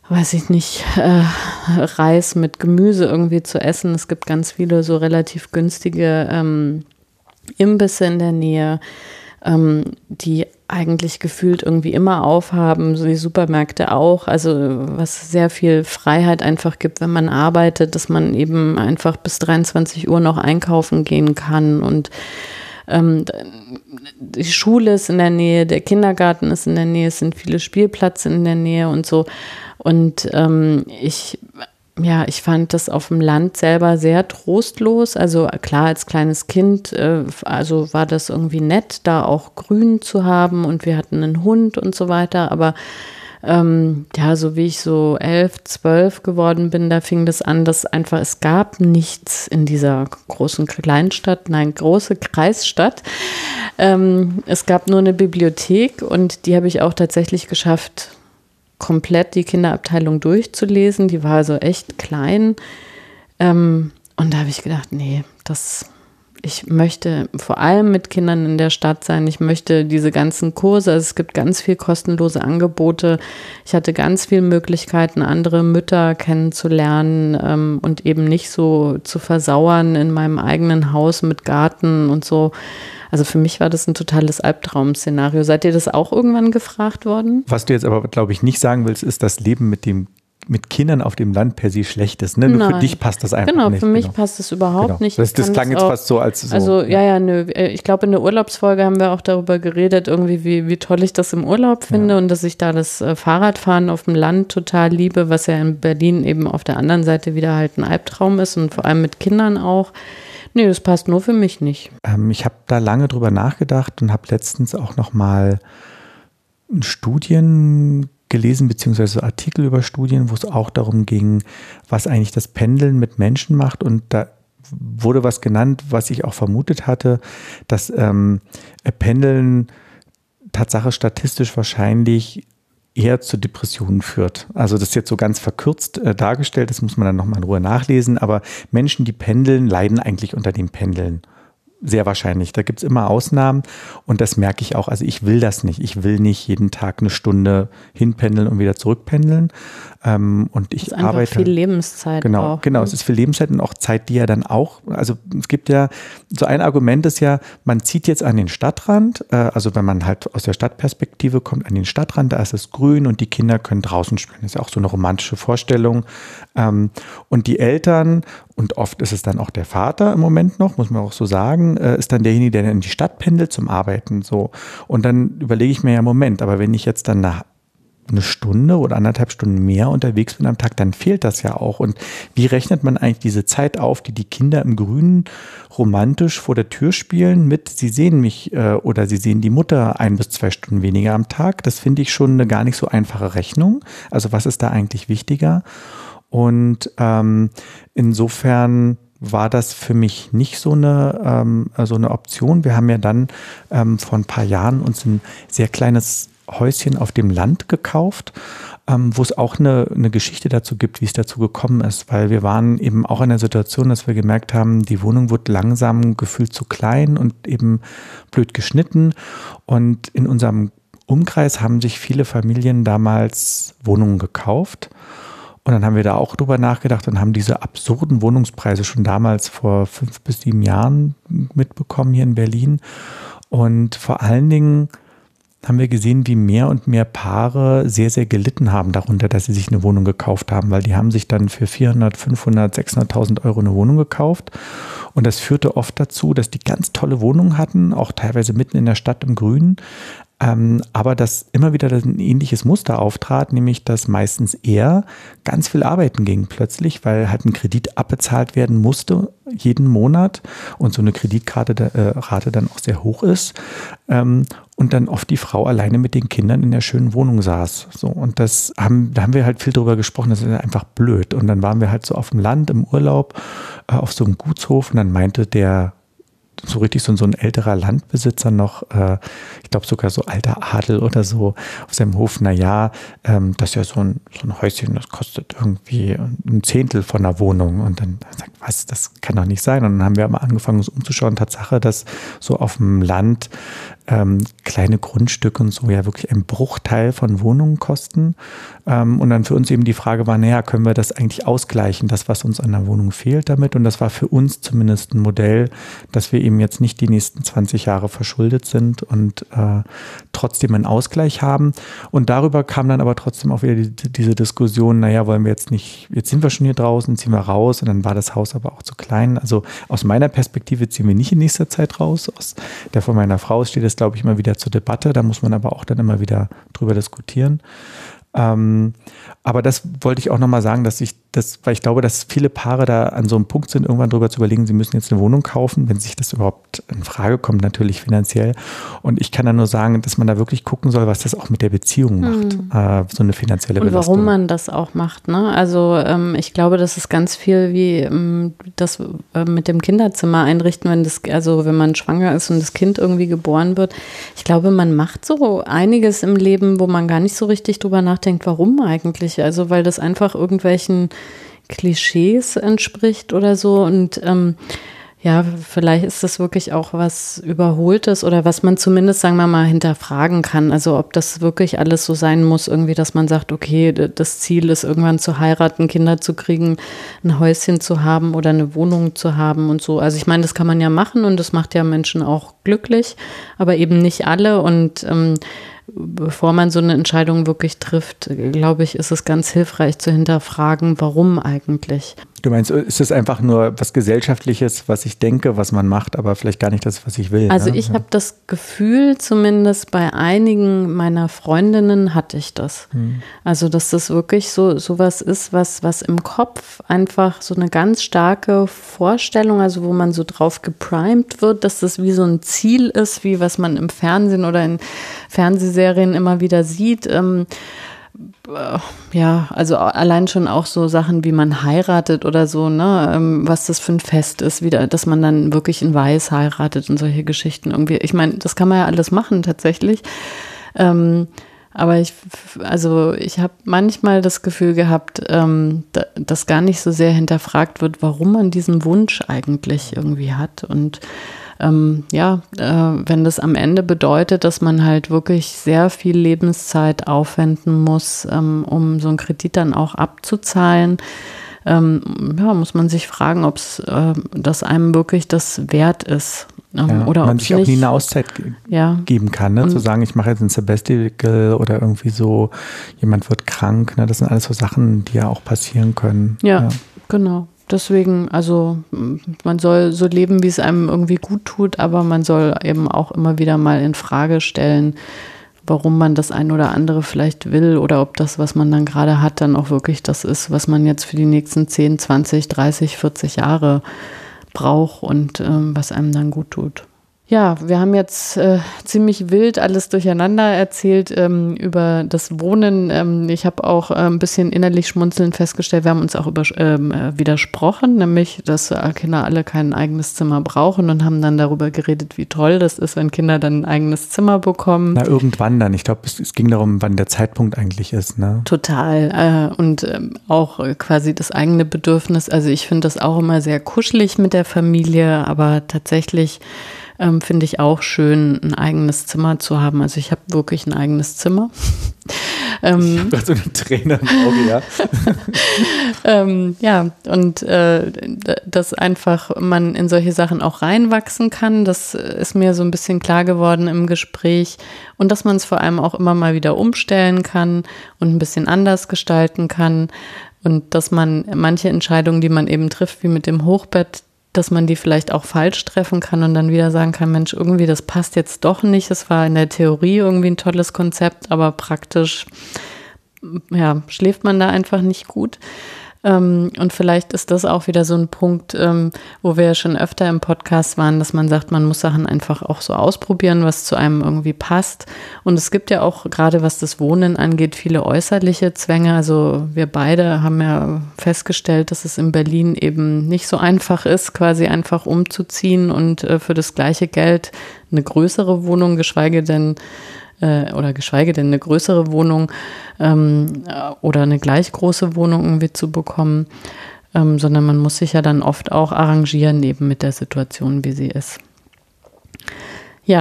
B: weiß ich nicht, äh, Reis mit Gemüse irgendwie zu essen. Es gibt ganz viele so relativ günstige ähm, Imbisse in der Nähe, ähm, die eigentlich gefühlt irgendwie immer aufhaben, so die Supermärkte auch, also was sehr viel Freiheit einfach gibt, wenn man arbeitet, dass man eben einfach bis dreiundzwanzig Uhr noch einkaufen gehen kann und ähm, die Schule ist in der Nähe, der Kindergarten ist in der Nähe, es sind viele Spielplätze in der Nähe und so und ähm, ich Ja, ich fand das auf dem Land selber sehr trostlos. Also klar, als kleines Kind, äh, also war das irgendwie nett, da auch Grün zu haben und wir hatten einen Hund und so weiter. Aber ähm, ja, so wie ich so elf, zwölf geworden bin, da fing das an, dass einfach, es gab nichts in dieser großen Kleinstadt, nein, große Kreisstadt. Ähm, es gab nur eine Bibliothek und die habe ich auch tatsächlich geschafft, komplett die Kinderabteilung durchzulesen. Die war also echt klein. Ähm, und da habe ich gedacht, nee, das, ich möchte vor allem mit Kindern in der Stadt sein. Ich möchte diese ganzen Kurse, also es gibt ganz viel kostenlose Angebote. Ich hatte ganz viele Möglichkeiten, andere Mütter kennenzulernen ähm, und eben nicht so zu versauern in meinem eigenen Haus mit Garten und so. Also für mich war das ein totales Albtraum-Szenario. Seid ihr das auch irgendwann gefragt worden?
C: Was du jetzt aber, glaube ich, nicht sagen willst, ist, das Leben mit dem mit Kindern auf dem Land per se schlecht ist. Ne? Nur für dich passt das einfach
B: genau,
C: nicht.
B: Genau, für mich
C: genau.
B: passt das überhaupt
C: genau.
B: nicht.
C: Das, das klang jetzt auch, fast so, als so.
B: Also ja, ja, nö. Ich glaube, in der Urlaubsfolge haben wir auch darüber geredet, irgendwie, wie, wie toll ich das im Urlaub finde ja. und dass ich da das äh, Fahrradfahren auf dem Land total liebe, was ja in Berlin eben auf der anderen Seite wieder halt ein Albtraum ist und vor allem mit Kindern auch. Nee, das passt nur für mich nicht.
C: Ähm, ich habe da lange drüber nachgedacht und habe letztens auch noch mal Studien gelesen, beziehungsweise Artikel über Studien, wo es auch darum ging, was eigentlich das Pendeln mit Menschen macht. Und da wurde was genannt, was ich auch vermutet hatte, dass ähm, Pendeln Tatsache statistisch wahrscheinlich eher zu Depressionen führt. Also das ist jetzt so ganz verkürzt äh, dargestellt, das muss man dann nochmal in Ruhe nachlesen, aber Menschen, die pendeln, leiden eigentlich unter dem Pendeln. Sehr wahrscheinlich. Da gibt es immer Ausnahmen und das merke ich auch. Also ich will das nicht. Ich will nicht jeden Tag eine Stunde hinpendeln und wieder zurückpendeln. Ähm, und ich
B: das ist einfach
C: arbeite.
B: viel Lebenszeit
C: genau,
B: auch.
C: Genau, es ist viel Lebenszeit und auch Zeit, die ja dann auch, also es gibt ja, so ein Argument ist ja, man zieht jetzt an den Stadtrand, äh, also wenn man halt aus der Stadtperspektive kommt, an den Stadtrand, da ist es grün und die Kinder können draußen spielen. Das ist ja auch so eine romantische Vorstellung. Ähm, und die Eltern, und oft ist es dann auch der Vater im Moment noch, muss man auch so sagen, äh, ist dann derjenige, der dann in die Stadt pendelt zum Arbeiten. So. Und dann überlege ich mir ja, Moment, aber wenn ich jetzt dann eine, eine Stunde oder anderthalb Stunden mehr unterwegs bin am Tag, dann fehlt das ja auch. Und wie rechnet man eigentlich diese Zeit auf, die die Kinder im Grünen romantisch vor der Tür spielen mit, sie sehen mich äh, oder sie sehen die Mutter ein bis zwei Stunden weniger am Tag? Das finde ich schon eine gar nicht so einfache Rechnung. Also was ist da eigentlich wichtiger? Und ähm, insofern war das für mich nicht so eine, ähm, so eine Option. Wir haben ja dann ähm, vor ein paar Jahren uns ein sehr kleines Häuschen auf dem Land gekauft, ähm, wo es auch eine, eine Geschichte dazu gibt, wie es dazu gekommen ist, weil wir waren eben auch in der Situation, dass wir gemerkt haben, die Wohnung wird langsam gefühlt zu klein und eben blöd geschnitten und in unserem Umkreis haben sich viele Familien damals Wohnungen gekauft. Und dann haben wir da auch drüber nachgedacht und haben diese absurden Wohnungspreise schon damals vor fünf bis sieben Jahren mitbekommen hier in Berlin. Und vor allen Dingen haben wir gesehen, wie mehr und mehr Paare sehr, sehr gelitten haben darunter, dass sie sich eine Wohnung gekauft haben, weil die haben sich dann für vierhundert, fünfhundert, sechshunderttausend Euro eine Wohnung gekauft. Und das führte oft dazu, dass die ganz tolle Wohnungen hatten, auch teilweise mitten in der Stadt im Grünen. Ähm, aber dass immer wieder ein ähnliches Muster auftrat, nämlich dass meistens er ganz viel arbeiten ging plötzlich, weil halt ein Kredit abbezahlt werden musste jeden Monat und so eine Kreditkarte äh, Rate dann auch sehr hoch ist ähm, und dann oft die Frau alleine mit den Kindern in der schönen Wohnung saß. So, und das haben, da haben wir halt viel drüber gesprochen, das ist einfach blöd. Und dann waren wir halt so auf dem Land im Urlaub äh, auf so einem Gutshof und dann meinte der so richtig so, so ein älterer Landbesitzer noch, äh, ich glaube sogar so alter Adel oder so auf seinem Hof, naja, ähm, das ist ja so ein, so ein Häuschen, das kostet irgendwie ein Zehntel von einer Wohnung. Und dann sagt, was, das kann doch nicht sein. Und dann haben wir mal angefangen, uns umzuschauen. Tatsache, dass so auf dem Land ähm, kleine Grundstücke und so ja wirklich ein Bruchteil von Wohnungen kosten. Ähm, und dann für uns eben die Frage war, naja, können wir das eigentlich ausgleichen, das, was uns an der Wohnung fehlt damit? Und das war für uns zumindest ein Modell, dass wir eben jetzt nicht die nächsten zwanzig Jahre verschuldet sind und äh, trotzdem einen Ausgleich haben. Und darüber kam dann aber trotzdem auch wieder die, diese Diskussion, naja, wollen wir jetzt nicht, jetzt sind wir schon hier draußen, ziehen wir raus, und dann war das Haus aber auch zu klein. Also aus meiner Perspektive ziehen wir nicht in nächster Zeit raus. Aus der von meiner Frau steht das, glaube ich, immer wieder zur Debatte. Da muss man aber auch dann immer wieder drüber diskutieren. Ähm, aber das wollte ich auch nochmal sagen, dass ich das, weil ich glaube, dass viele Paare da an so einem Punkt sind, irgendwann drüber zu überlegen, sie müssen jetzt eine Wohnung kaufen, wenn sich das überhaupt in Frage kommt, natürlich finanziell. Und ich kann da nur sagen, dass man da wirklich gucken soll, was das auch mit der Beziehung macht, mhm. äh, so eine finanzielle
B: Und
C: Belastung.
B: warum man das auch macht, ne? Also ähm, ich glaube, das ist ganz viel wie ähm, das äh, mit dem Kinderzimmer einrichten, wenn das, also wenn man schwanger ist und das Kind irgendwie geboren wird. Ich glaube, man macht so einiges im Leben, wo man gar nicht so richtig drüber nachdenkt, warum eigentlich. Also weil das einfach irgendwelchen Klischees entspricht oder so, und ähm, ja, vielleicht ist das wirklich auch was Überholtes oder was man zumindest, sagen wir mal, hinterfragen kann. Also ob das wirklich alles so sein muss, irgendwie, dass man sagt, okay, das Ziel ist irgendwann zu heiraten, Kinder zu kriegen, ein Häuschen zu haben oder eine Wohnung zu haben und so. Also ich meine, das kann man ja machen und das macht ja Menschen auch glücklich, aber eben nicht alle, und ähm, bevor man so eine Entscheidung wirklich trifft, glaube ich, ist es ganz hilfreich zu hinterfragen, warum eigentlich.
C: Du meinst, ist es einfach nur was Gesellschaftliches, was ich denke, was man macht, aber vielleicht gar nicht das, was ich will?
B: Also
C: ne?
B: ich
C: ja.
B: habe das Gefühl, zumindest bei einigen meiner Freundinnen hatte ich das. Hm. Also dass das wirklich so sowas ist, was, was im Kopf einfach so eine ganz starke Vorstellung, also wo man so drauf geprimed wird, dass das wie so ein Ziel ist, wie was man im Fernsehen oder in Fernsehserien immer wieder sieht. Ähm, Ja, also allein schon auch so Sachen, wie man heiratet oder so, ne, was das für ein Fest ist, wieder, dass man dann wirklich in Weiß heiratet und solche Geschichten irgendwie. Ich meine, das kann man ja alles machen tatsächlich. Ähm, aber ich, also ich habe manchmal das Gefühl gehabt, ähm, da, dass gar nicht so sehr hinterfragt wird, warum man diesen Wunsch eigentlich irgendwie hat. Und Ähm, ja, äh, wenn das am Ende bedeutet, dass man halt wirklich sehr viel Lebenszeit aufwenden muss, ähm, um so einen Kredit dann auch abzuzahlen, ähm, ja, muss man sich fragen, ob es äh, das einem wirklich das wert ist. Ähm,
C: ja,
B: oder
C: man sich auch nie eine Auszeit ge- ja. geben kann, ne? Zu sagen, ich mache jetzt ein Sabbatical oder irgendwie so, jemand wird krank, ne? Das sind alles so Sachen, die ja auch passieren können.
B: Ja, ja. Genau. Deswegen, also man soll so leben, wie es einem irgendwie gut tut, aber man soll eben auch immer wieder mal in Frage stellen, warum man das ein oder andere vielleicht will oder ob das, was man dann gerade hat, dann auch wirklich das ist, was man jetzt für die nächsten zehn, zwanzig, dreißig, vierzig Jahre braucht und ähm, was einem dann gut tut. Ja, wir haben jetzt äh, ziemlich wild alles durcheinander erzählt ähm, über das Wohnen. Ähm, ich habe auch äh, ein bisschen innerlich schmunzelnd festgestellt, wir haben uns auch über, ähm, widersprochen, nämlich, dass äh, Kinder alle kein eigenes Zimmer brauchen, und haben dann darüber geredet, wie toll das ist, wenn Kinder dann ein eigenes Zimmer bekommen.
C: Na, irgendwann dann. Ich glaube, es, es ging darum, wann der Zeitpunkt eigentlich ist, ne?
B: Total. Äh, und ähm, auch äh, quasi das eigene Bedürfnis. Also ich finde das auch immer sehr kuschelig mit der Familie, aber tatsächlich Ähm, finde ich auch schön, ein eigenes Zimmer zu haben. Also ich habe wirklich ein eigenes Zimmer. ähm,
C: ich habe gerade so eine Träne im Auge, ja.
B: ähm, ja, und äh, dass einfach man in solche Sachen auch reinwachsen kann, das ist mir so ein bisschen klar geworden im Gespräch. Und dass man es vor allem auch immer mal wieder umstellen kann und ein bisschen anders gestalten kann. Und dass man manche Entscheidungen, die man eben trifft, wie mit dem Hochbett, dass man die vielleicht auch falsch treffen kann und dann wieder sagen kann, Mensch, irgendwie das passt jetzt doch nicht. Es war in der Theorie irgendwie ein tolles Konzept, aber praktisch ja, schläft man da einfach nicht gut. Ähm, und vielleicht ist das auch wieder so ein Punkt, ähm, wo wir ja schon öfter im Podcast waren, dass man sagt, man muss Sachen einfach auch so ausprobieren, was zu einem irgendwie passt. Und es gibt ja auch, gerade was das Wohnen angeht, viele äußerliche Zwänge. Also wir beide haben ja festgestellt, dass es in Berlin eben nicht so einfach ist, quasi einfach umzuziehen und äh, für das gleiche Geld eine größere Wohnung, geschweige denn oder geschweige denn eine größere Wohnung ähm, oder eine gleich große Wohnung irgendwie zu bekommen, ähm, sondern man muss sich ja dann oft auch arrangieren eben mit der Situation, wie sie ist. Ja,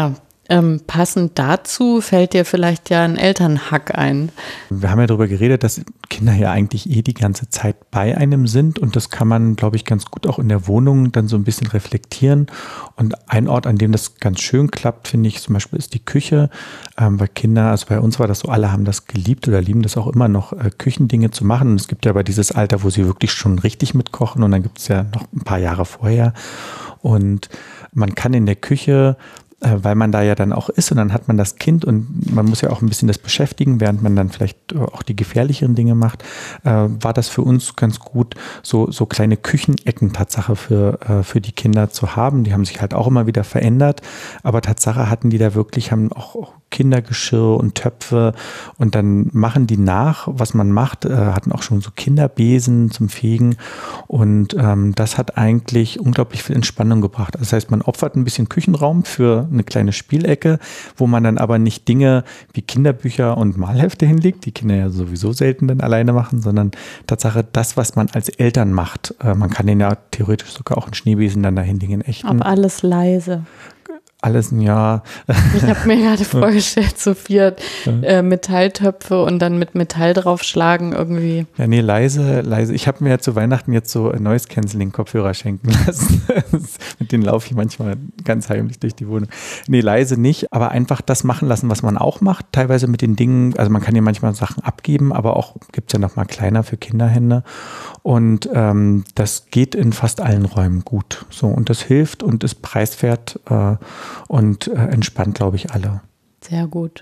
B: Ähm, passend dazu fällt dir vielleicht ja ein Elternhack ein.
C: Wir haben ja darüber geredet, dass Kinder ja eigentlich eh die ganze Zeit bei einem sind und das kann man, glaube ich, ganz gut auch in der Wohnung dann so ein bisschen reflektieren. Und ein Ort, an dem das ganz schön klappt, finde ich, zum Beispiel ist die Küche, ähm, weil Kinder, also bei uns war das so, alle haben das geliebt oder lieben das auch immer noch, äh, Küchendinge zu machen. Und es gibt ja aber dieses Alter, wo sie wirklich schon richtig mitkochen und dann gibt es ja noch ein paar Jahre vorher. Und man kann in der Küche, weil man da ja dann auch ist und dann hat man das Kind und man muss ja auch ein bisschen das beschäftigen, während man dann vielleicht auch die gefährlicheren Dinge macht, äh, war das für uns ganz gut, so, so kleine Küchenecken Tatsache für, äh, für die Kinder zu haben. Die haben sich halt auch immer wieder verändert, aber Tatsache hatten die da wirklich, haben auch Kindergeschirr und Töpfe und dann machen die nach, was man macht, äh, hatten auch schon so Kinderbesen zum Fegen und ähm, das hat eigentlich unglaublich viel Entspannung gebracht. Das heißt, man opfert ein bisschen Küchenraum für eine kleine Spielecke, wo man dann aber nicht Dinge wie Kinderbücher und Malhefte hinlegt, die Kinder ja sowieso selten dann alleine machen, sondern Tatsache das, was man als Eltern macht. Äh, man kann den ja theoretisch sogar auch einen Schneebesen dann dahin legen, in echten.
B: Aber alles leise.
C: Alles ein Jahr.
B: Ich habe mir gerade vorgestellt, so vier äh, Metalltöpfe und dann mit Metall draufschlagen irgendwie.
C: Ja, nee, leise, leise. Ich habe mir ja zu Weihnachten jetzt so Noise-Canceling-Kopfhörer schenken lassen. Mit denen laufe ich manchmal ganz heimlich durch die Wohnung. Nee, leise nicht, aber einfach das machen lassen, was man auch macht. Teilweise mit den Dingen, also man kann ja manchmal Sachen abgeben, aber auch gibt es ja noch mal kleiner für Kinderhände. Und ähm, das geht in fast allen Räumen gut. So, und das hilft und ist preiswert äh, und äh, entspannt, glaube ich, alle.
B: Sehr gut.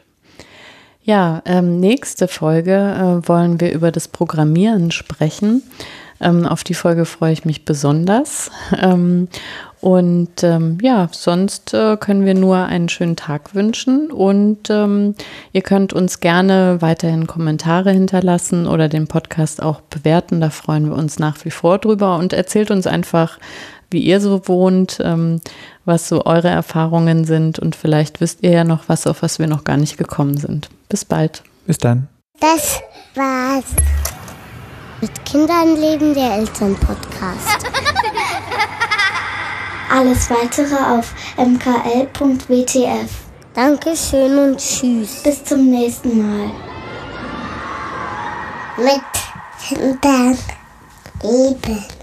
B: Ja, ähm, nächste Folge äh, wollen wir über das Programmieren sprechen. Ähm, auf die Folge freue ich mich besonders. Ähm, und ähm, ja, sonst äh, können wir nur einen schönen Tag wünschen und ähm, ihr könnt uns gerne weiterhin Kommentare hinterlassen oder den Podcast auch bewerten. Da freuen wir uns nach wie vor drüber und erzählt uns einfach, wie ihr so wohnt, ähm, was so eure Erfahrungen sind und vielleicht wisst ihr ja noch was, auf was wir noch gar nicht gekommen sind. Bis bald.
C: Bis dann.
A: Das war's. Mit Kindern leben, der Elternpodcast. Alles weitere auf m k l punkt w t f. Dankeschön und tschüss. Bis zum nächsten Mal. Mit Kindern leben.